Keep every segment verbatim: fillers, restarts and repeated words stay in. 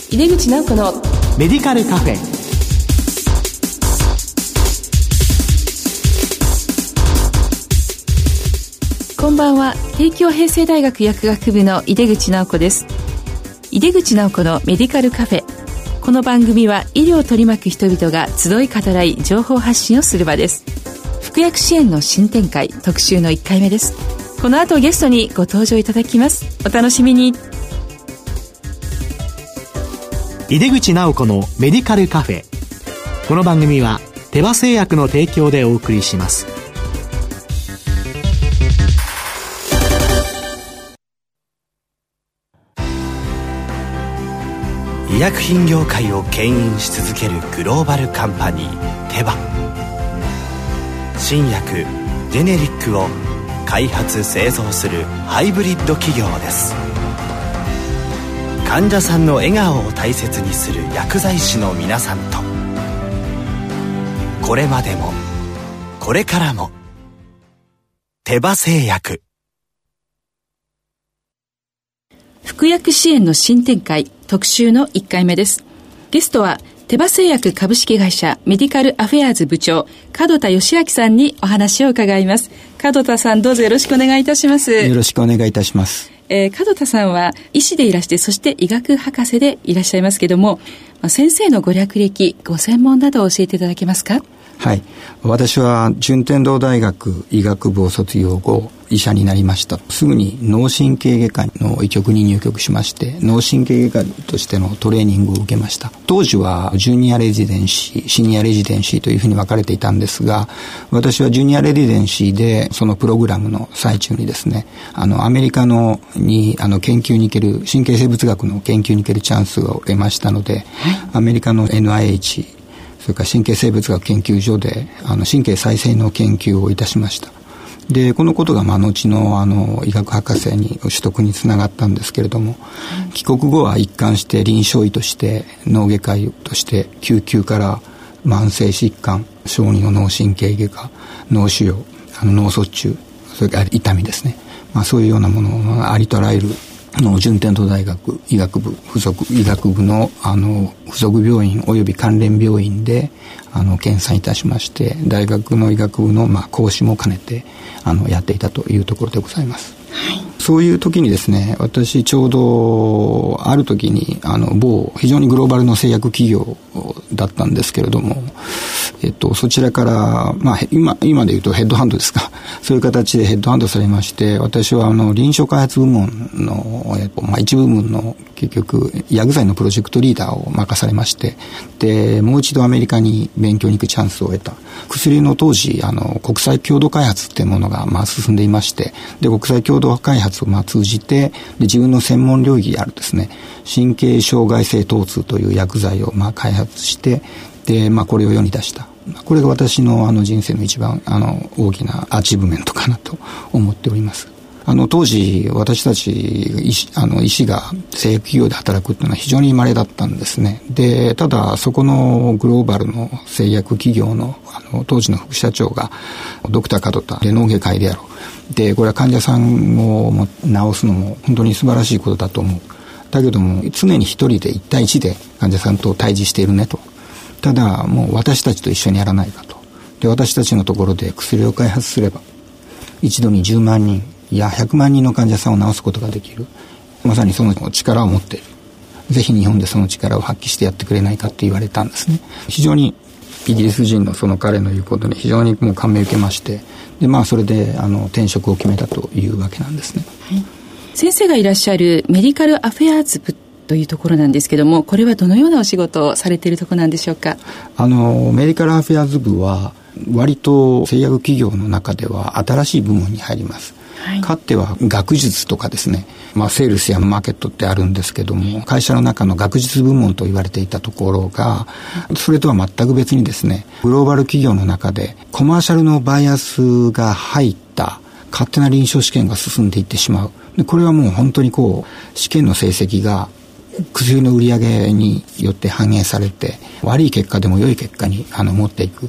井出口直子のメディカルカフェ。 こんばんは。帝京平成大学薬学部の井出口直子です。井出口直子のメディカルカフェ。この番組は医療を取り巻く人々が集い語らい情報発信をする場です。服薬支援の新展開特集のいっかいめです。この後ゲストにご登場いただきます。お楽しみに。 井出口直子のメディカルカフェ。この番組は手羽製薬の提供でお送りします。 医薬品業界を牽引し続けるグローバルカンパニーテバ。新薬ジェネリックを開発製造するハイブリッド企業です。患者さんの笑顔を大切にする薬剤師の皆さんと、これまでもこれからも手羽製薬。 服薬支援の新展開特集のいっかいめです。ゲストは手羽製薬株式会社メディカルアフェアーズ部長門田義明さんにお話を伺います。門田さん、どうぞよろしくお願いいたします。 よろしくお願いいたします。 えー、門田さんは医師でいらして、そして医学博士でいらっしゃいますけども、まあ、先生のご略歴、ご専門などを教えていただけますか？ はい。私は順天堂大学医学部を卒業後、医者になりました。すぐに脳神経外科の医局に入局しまして、脳神経外科としてのトレーニングを受けました。当時はジュニアレジデンシー、シニアレジデンシーというふうに分かれていたんですが、私はジュニアレジデンシーでそのプログラムの最中にですね、あのアメリカのにあの研究に行ける、神経生物学の研究に行けるチャンスを得ましたので、はい、アメリカの エヌアイエイチ、それから神経生物学研究所であの神経再生の研究をいたしました。でこのことがまあ後のあの医学博士に取得につながったんですけれども、うん、帰国後は一貫して臨床医として脳外科医として救急から慢性疾患、小児の脳神経外科、脳腫瘍、あの脳卒中、それから痛みですね、まあ、そういうようなものをありとあらゆるの順天堂大学医学部附属医学部のあの附属病院および関連病院であの研鑽いたしまして、大学の医学部のまあ講師も兼ねてあのやっていたというところでございます。はい、そういう時にですね、私ちょうどある時にあの某非常にグローバルの製薬企業だったんですけれども、えっと、そちらから、まあ、今、今で言うとヘッドハンドですか。そういう形でヘッドハンドされまして、私はあの臨床開発部門の、えっとまあ、一部門の結局薬剤のプロジェクトリーダーを任されまして、でもう一度アメリカに勉強に行くチャンスを得た。薬の当時あの国際共同開発っていうものがまあ進んでいまして、で国際共同開発をまあ通じて、で自分の専門領域であるですね、神経障害性疼痛という薬剤をまあ開発して、でまあこれを世に出した。これが私のあの人生の一番あの大きなアチーブメントかなと思っております。あの当時私たち医師、あの医師が製薬企業で働くっていうのは非常に稀だったんですね。でただそこのグローバルの製薬企業のあの当時の副社長がドクター門田で脳外科医であろう。でこれは患者さんを治すのも本当に素晴らしいことだと思う。だけども常に一人で一対一で患者さんと対峙しているねと。ただもう私たちと一緒にやらないかと。で私たちのところで薬を開発すれば一度にじゅうまんにんいやひゃくまんにんの患者さんを治すことができる。まさにその力を持っている。ぜひ日本でその力を発揮してやってくれないかって言われたんですね。非常にイギリス人のその彼の言うことに非常にもう感銘を受けまして、でまあそれであの転職を決めたというわけなんですね。 はい、先生がいらっしゃるメディカルアフェアーズ部というところなんですけども、これはどのようなお仕事をされているところなんでしょうか？ あのメディカルアフェアーズ部は割と製薬企業の中では新しい部門に入ります。はい、かつては学術とかですね、まあ、セールスやマーケットってあるんですけども、会社の中の学術部門と言われていたところが、それとは全く別にですね、グローバル企業の中でコマーシャルのバイアスが入った勝手な臨床試験が進んでいってしまう。でこれはもう本当にこう試験の成績が薬の売り上げによって反映されて、悪い結果でも良い結果にあの持っていく。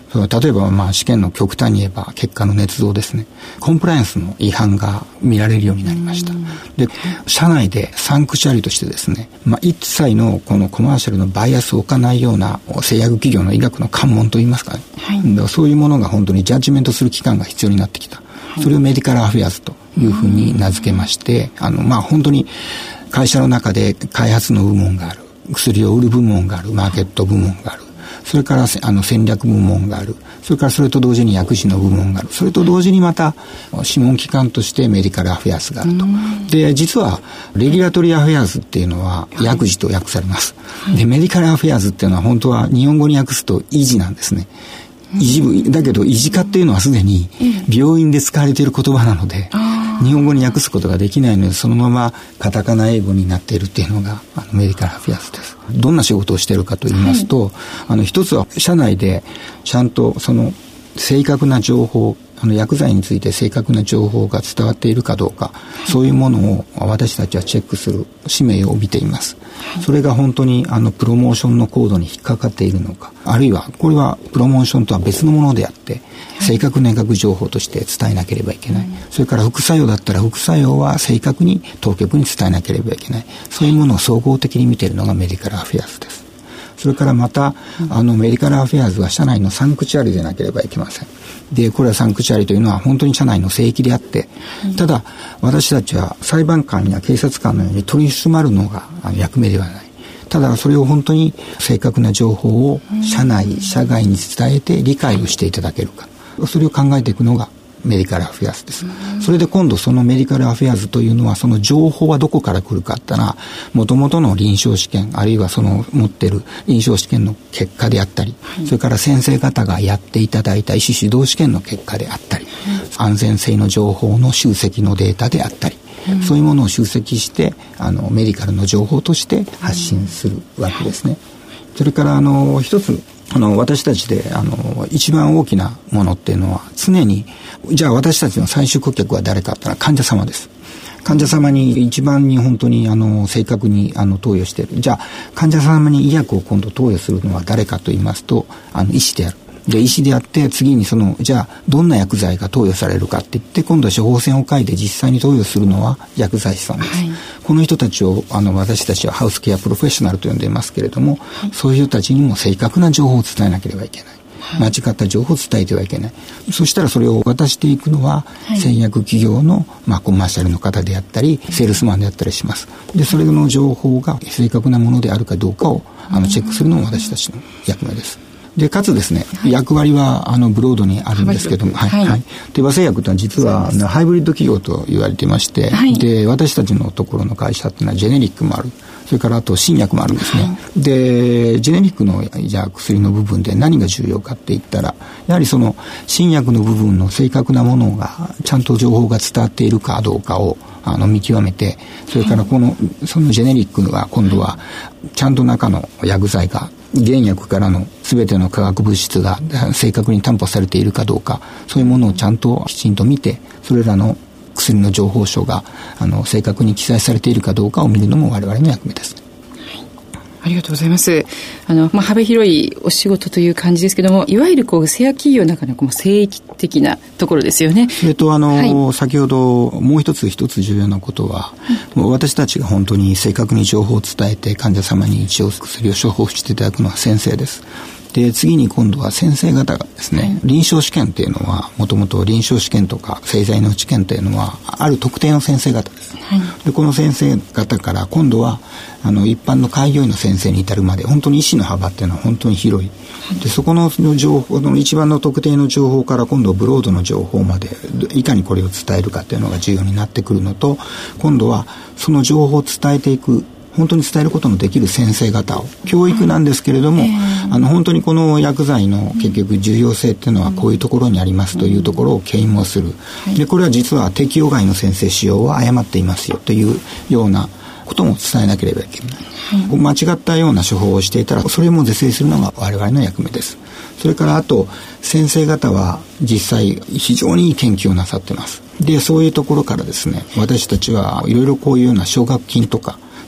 例えばまあ試験の極端に言えば結果の捏造ですね。コンプライアンスの違反が見られるようになりました。で、社内でサンクチュアリとしてですね、まあ、一切のこのコマーシャルのバイアスを置かないような製薬企業の医学の関門といいますかね、はい、だからそういうものが本当にジャッジメントする機関が必要になってきた。はい、それをメディカルアフェアーズというふうに名付けまして、あのまあ本当に会社の中で開発の部門がある、薬を売る部門がある、マーケット部門がある、それからあの戦略部門がある、それからそれと同時に薬事の部門がある、それと同時にまた諮問機関としてメディカルアフェアーズがあると。で、実はレギュラトリーアフェアーズっていうのは薬事と訳されます。で、メディカルアフェアーズっていうのは本当は日本語に訳すと医事なんですね。医事部だけど医事科っていうのはすでに病院で使われている言葉なので、日本語に訳すことができないので、そのままカタカナ英語になっているっていうのがあのメディカルアフェアーズです。どんな仕事をしているかと言いますと、はい、あの一つは社内でちゃんとその正確な情報、あの薬剤について正確な情報が伝わっているかどうか、はい、そういうものを私たちはチェックする使命を帯びています。はい、それが本当にあのプロモーションのコードに引っかかっているのか、あるいはこれはプロモーションとは別のものであって、正確な医学情報として伝えなければいけない。それから副作用だったら副作用は正確に当局に伝えなければいけない。そういうものを総合的に見ているのがメディカルアフェアーズです。それからまた、あのメディカルアフェアーズは社内のサンクチュアリでなければいけません。で、これはサンクチュアリというのは本当に社内の聖域であって、ただ私たちは裁判官や警察官のように取り締まるのが役目ではない。ただそれを本当に正確な情報を社内、社外に伝えて理解をしていただけるか。それを考えていくのがメディカルアフェアーズです。それで今度そのメディカルアフェアーズというのは、その情報はどこから来るかってのは、元々の臨床試験、あるいはその持っている臨床試験の結果であったり、はい、それから先生方がやっていただいた医師指導試験の結果であったり、はい、安全性の情報の集積のデータであったり、うん、そういうものを集積してあのメディカルの情報として発信するわけですね。それからあの一つあの私たちであの一番大きなものっていうのは、常にじゃあ私たちの最終顧客は誰かってのは患者様です。患者様に一番に本当にあの正確にあの投与している。じゃあ患者様に医薬を今度投与するのは誰かと言いますと、あの医師である。で医師であって、次にそのじゃあどんな薬剤が投与されるかって言って、今度は処方箋を書いて実際に投与するのは薬剤師さんです。はい、この人たちをあの私たちはハウスケアプロフェッショナルと呼んでいますけれども、はい、そういう人たちにも正確な情報を伝えなければいけない。間違った情報を伝えてはいけない。そしたらそれを渡していくのは、はい、製薬企業の、まあ、コマーシャルの方であったり、セールスマンであったりします。で、それの情報が正確なものであるかどうかをあのチェックするのも私たちの役目です。でかつですね、はい、役割はあのブロードにあるんですけども、はいはいはい、手羽製薬というのは実はハイブリッド企業と言われていまして、はい、で私たちのところの会社っていうのはジェネリックもある、それからあと新薬もあるんですね。はい、でジェネリックのじゃあ薬の部分で何が重要かって言ったら、やはりその新薬の部分の正確なものがちゃんと情報が伝わっているかどうかをあの見極めて、それからこのそのジェネリックは今度はちゃんと中の薬剤が原薬からの全ての化学物質が正確に担保されているかどうか、そういうものをちゃんときちんと見て、それらの薬の情報書があの正確に記載されているかどうかを見るのも我々の役目です。 ありがとうございます。あの、まあ、幅広いお仕事という感じですけども、いわゆるこう製薬企業の中のこう聖域的なところですよね。 それとあの、はい、先ほどもう一つ一つ重要なことは、うん、私たちが本当に正確に情報を伝えて患者様に一応薬を処方していただくのは先生です。で次に今度は先生方がですね、はい、臨床試験っていうのはもともと臨床試験とか製剤の試験っていうのはある特定の先生方です。はい、でこの先生方から今度はあの一般の開業医の先生に至るまで本当に医師の幅っていうのは本当に広い。でそこの情報の一番の特定の情報から今度ブロードの情報までいかにこれを伝えるかっていうのが重要になってくるのと、今度はその情報を伝えていく本当に伝えることのできる先生方を教育なんですけれども、あの本当にこの薬剤の結局重要性っていうのはこういうところにありますというところを啓蒙する。でこれは実は適用外の先生使用は誤っていますよというようなことも伝えなければいけない。はい、間違ったような処方をしていたらそれも是正するのが我々の役目です。それからあと先生方は実際非常にいい研究をなさってます。でそういうところからですね、私たちはいろいろこういうような奨学金とか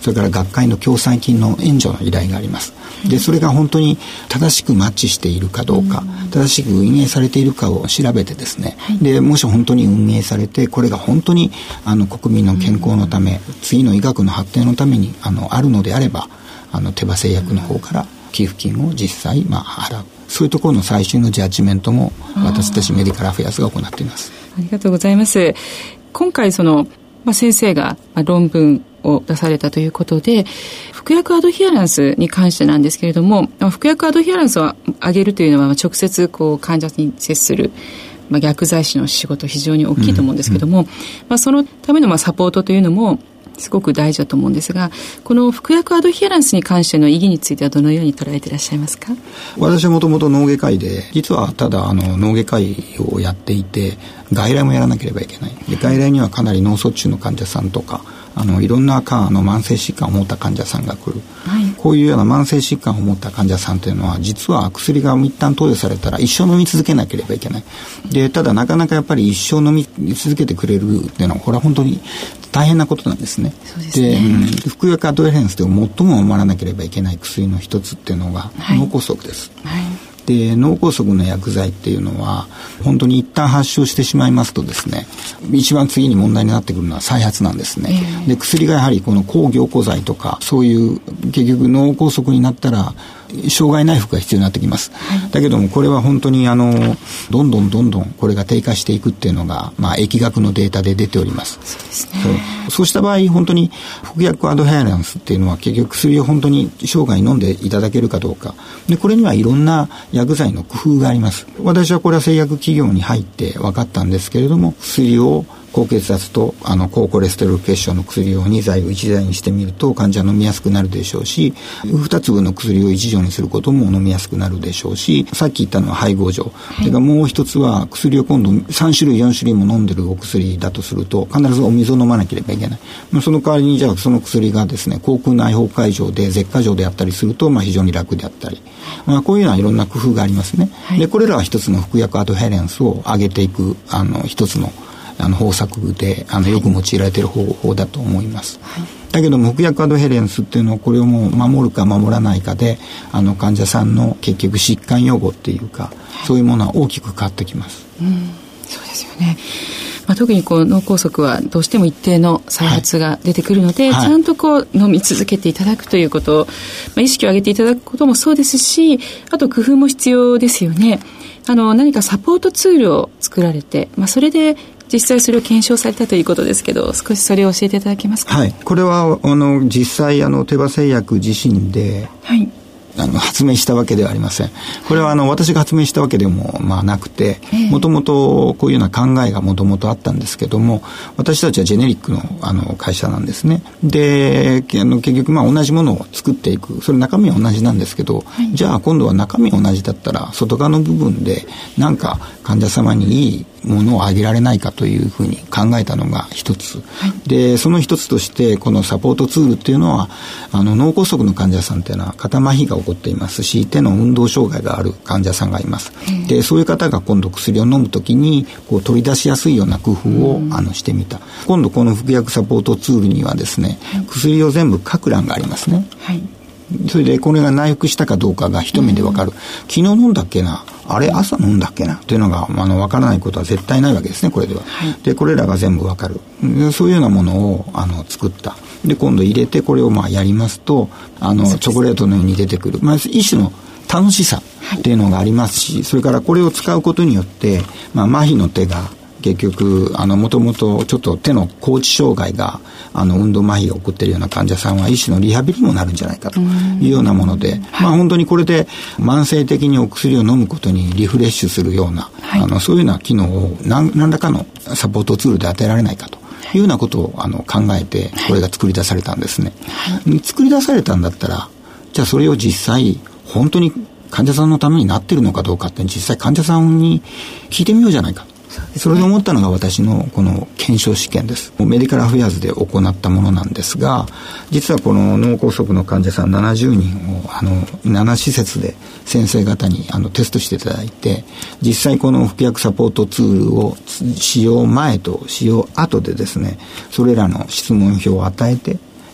それから学会の共済金の援助の依頼があります。でそれが本当に正しくマッチしているかどうか、うん、正しく運営されているかを調べてですね、はい、でもし本当に運営されてこれが本当にあの国民の健康のため、うん、次の医学の発展のためにあのあるのであれば、あの手羽製薬の方から寄付金を実際、まあ、払う、そういうところの最終のジャッジメントも私たちメディカルアフェアーズが行っています。 ありがとうございます。今回その、まあ、先生が論文を出されたということで、服薬アドヒアランスに関してなんですけれども、服薬アドヒアランスを上げるというのは直接こう患者に接する、まあ、薬剤師の仕事非常に大きいと思うんですけども、うんうん、まあ、そのためのまあサポートというのもすごく大事だと思うんですが、この服薬アドヒアランスに関しての意義についてはどのように捉えていらっしゃいますか？ 私はもともと脳外科医で、実はただあの脳外科医をやっていて外来もやらなければいけない。で外来にはかなり脳卒中の患者さんとか、あのいろんなあの慢性疾患を持った患者さんが来る、はい、こういうような慢性疾患を持った患者さんというのは実は薬が一旦投与されたら一生飲み続けなければいけない。でただなかなかやっぱり一生飲み続けてくれるっていうのはこれは本当に大変なことなんですね。 そうですね。 で、うん、服薬アドヘレンスで最も守らなければいけない薬の一つっていうのが脳梗塞です。はいはい。で脳梗塞の薬剤っていうのは本当に一旦発症してしまいますとですね、一番次に問題になってくるのは再発なんですね、えー、で薬がやはりこの抗凝固剤とかそういう結局脳梗塞になったら障害内服が必要になってきます、はい、だけどもこれは本当にあのどんどんどんどんこれが低下していくっていうのが、まあ、疫学のデータで出ております。 そうですね。 そう、そうした場合本当に服薬アドヘアランスっていうのは結局薬を本当に生涯飲んでいただけるかどうかで、これにはいろんな薬剤の工夫があります。私はこれは製薬企業に入って分かったんですけれども、薬を高血圧とあの高コレステロール血症の薬をに剤をいち剤にしてみると患者飲みやすくなるでしょうし、に粒の薬をいち錠にすることも飲みやすくなるでしょうし、さっき言ったのは配合錠、はい、それからもう一つは薬を今度さん種類よん種類も飲んでるお薬だとすると必ずお水を飲まなければいけない。その代わりにじゃあその薬がですね口腔内包会錠で舌下錠であったりすると、まあ、非常に楽であったり、まあ、こういうようないろんな工夫がありますね、はい、でこれらは一つの服薬アドヘレンスを上げていくあの一つのあの方策であのよく用いられている方法だと思います、はい、だけども服薬アドヘレンスっていうのはこれをもう守るか守らないかであの患者さんの結局疾患予防っていうか、はい、そういうものは大きく変わってきます、 うん、そうですよね。まあ、特にこう脳梗塞はどうしても一定の再発が出てくるので、はい、ちゃんとこう飲み続けていただくということを、まあ、意識を上げていただくこともそうですし、あと工夫も必要ですよね。あの何かサポートツールを作られて、まあ、それで実際それを検証されたということですけど、少しそれを教えていただけますか？ はい、これはあの実際あの手羽製薬自身で、はい、あの発明したわけではありません。これはあの私が発明したわけでもまあなくて、もともとこういうような考えがもともとあったんですけども、私たちはジェネリックのあの会社なんですね。であの結局まあ同じものを作っていく、それ中身は同じなんですけど、はい、じゃあ今度は中身同じだったら外側の部分でなんか患者様にいいものをあげられないかというふうに考えたのが一つ、はい、でその一つとしてこのサポートツールっていうのはあの脳梗塞の患者さんっていうのは肩麻痺が起こっていますし、手の運動障害がある患者さんがいます。でそういう方が今度薬を飲むときにこう取り出しやすいような工夫をあのしてみた。今度この服薬サポートツールにはですね、はい、薬を全部書く欄がありますね、はい、それでこれが内服したかどうかが一目でわかる、うん、昨日飲んだっけな、あれ朝飲んだっけなというのがあの分からないことは絶対ないわけですね、これでは、はい、でこれらが全部分かる、そういうようなものをあの作った。で今度入れてこれをまあやりますとあのチョコレートのように出てくる、まあ、一種の楽しさっていうのがありますし、それからこれを使うことによって、まあ、麻痺の手が結局あのもともとちょっと手の高知障害があの運動麻痺が起こっているような患者さんは一種のリハビリにもなるんじゃないかというようなもので、まあ、本当にこれで慢性的にお薬を飲むことにリフレッシュするような、はい、あのそういうような機能を何, 何らかのサポートツールで与えられないかというようなことをあの考えてこれが作り出されたんですね、はい、作り出されたんだったらじゃあそれを実際本当に患者さんのためになっているのかどうかって実際患者さんに聞いてみようじゃないか。それで思ったのが私のこの検証試験です。メディカルアフェアーズで行ったものなんですが、実はこの脳梗塞の患者さんななじゅうにんをあのなな施設で先生方にあのテストしていただいて、実際この服薬サポートツールを使用前と使用後でですね、それらの質問票を与えて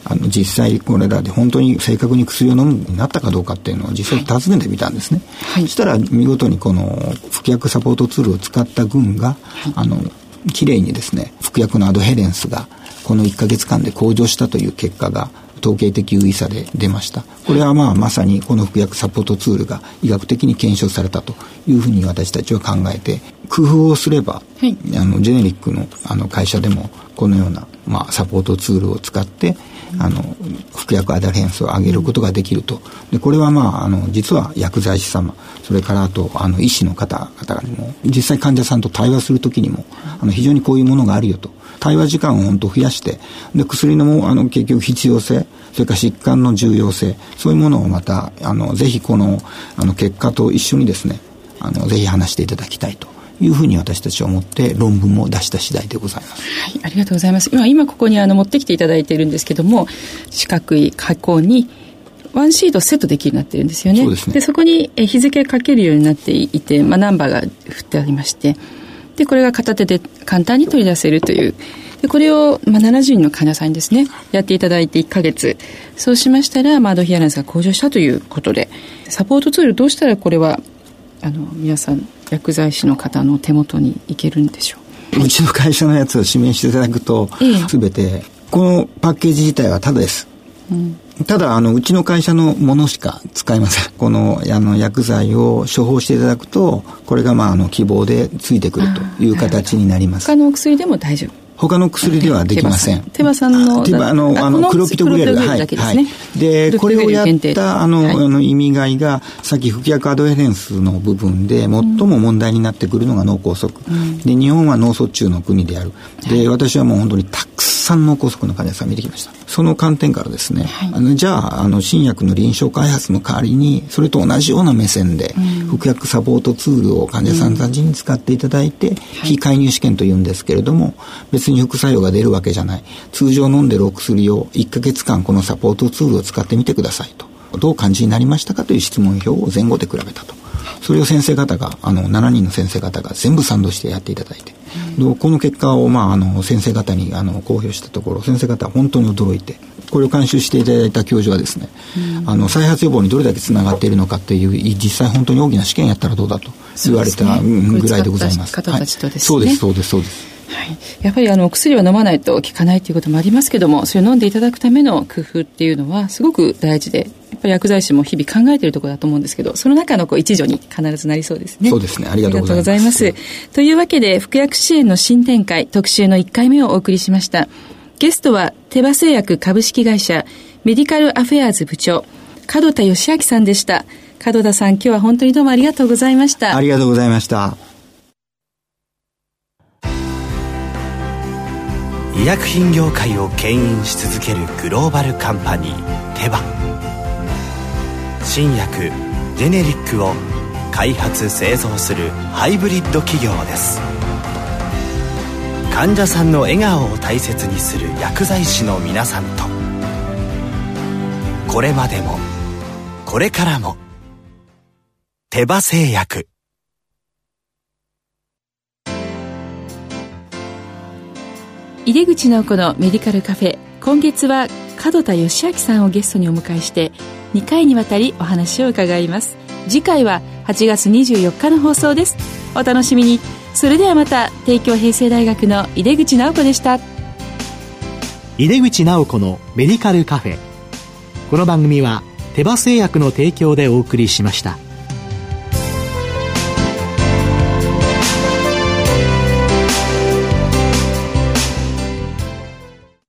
あの実際これらで本当に正確に薬を飲むようになったかどうかっていうのを実際尋ねてみたんですね、はい、そしたら見事にこの服薬サポートツールを使った群が、はい、あのきれいにですね服薬のアドヘレンスがこのいっかげつかんで向上したという結果が統計的有意差で出ました。これはまあまさにこの服薬サポートツールが医学的に検証されたというふうに私たちは考えて、工夫をすれば、はい、あのジェネリックのあの会社でもこのようなまあサポートツールを使ってあの服薬アドヘレンスを上げることができると。でこれはまああの実は薬剤師様、それからあとあの医師の方々にも実際患者さんと対話するときにもあの非常にこういうものがあるよと。対話時間を本当増やして、で薬のもあの結局必要性、それから疾患の重要性、そういうものをまたあのぜひこのあの結果と一緒にですね、あのぜひ話していただきたいというふうに私たちは思って論文も出した次第でございます。 はい、ありがとうございます。今今ここにあの持ってきていただいているんですけども、四角い箱にワンシートセットできるようになってるんですよね。 そうですね。 でそこにえ日付書けるようになっていて、まあ、ナンバーが振ってありまして、でこれが片手で簡単に取り出せるという。でこれを、まあ、ななじゅうにんの患者さんにですねやっていただいていっかげつ、そうしましたら、まあ、アドヒアランスが向上したということで、サポートツールどうしたらこれはあの皆さん薬剤師の方の手元にいけるんでしょう。 うちの会社のやつを指名していただくと、すべ、ええ、てこのパッケージ自体はタダです、うん、ただあのうちの会社のものしか使いません。このあの薬剤を処方していただくと、これがまああの希望でついてくるという形になります。 他のお薬でも大丈夫？ 他の薬ではできません。 テバさんのテバのあのクロピトグレルが、はい、はい。でこれをやったあの、はい、あの意味合いが、さっき服薬アドヘレンスの部分で最も問題になってくるのが脳梗塞、うん、で日本は脳卒中の国である。で、はい、私はもう本当にたくさん脳梗塞の患者さん見てきました。その観点からですね、はい、あのじゃあ、あの新薬の臨床開発の代わりにそれと同じような目線で、うん、服薬サポートツールを患者さんたちに使っていただいて、うん、非介入試験というんですけれども、別に副作用が出るわけじゃない、通常飲んでるお薬をいっかげつかんこのサポートツールを使ってみてくださいと、どう感じになりましたかという質問票を前後で比べたと。それを先生方があのしちにんの先生方が全部賛同してやっていただいて、うん、この結果を、まあ、あの先生方にあの公表したところ、先生方は本当に驚いて、これを監修していただいた教授はですね、うん、あの再発予防にどれだけつながっているのかという実際本当に大きな試験やったらどうだと言われたぐらいでございます。 方たちとですね、 そうですそうですそうです。 はい、やっぱりあのお薬を飲まないと効かないということもありますけども、それを飲んでいただくための工夫っていうのはすごく大事で、やっぱり薬剤師も日々考えているところだと思うんですけど、その中のこう一助に必ずなりそうですね。 そうですね。ありがとうございます。 ありがとうございます。というわけで、服薬支援の新展開特集のいっかいめをお送りしました。ゲストはテバ製薬株式会社メディカルアフェアーズ部長門田義明さんでした。門田さん、今日は本当にどうもありがとうございました。 ありがとうございました。 医薬品業界を牽引し続けるグローバルカンパニーテバ。新薬ジェネリックを開発製造するハイブリッド企業です。患者さんの笑顔を大切にする薬剤師の皆さんと、これまでもこれからもテバ製薬。 井出口直子のメディカルカフェ、今月は門田義明さんをゲストにお迎えしてにかいにわたりお話を伺います。次回ははちがつにじゅうよっかの放送です。お楽しみに。それではまた。帝京平成大学の井出口直子でした。 井出口直子のメディカルカフェ、この番組はテバ製薬の提供でお送りしました。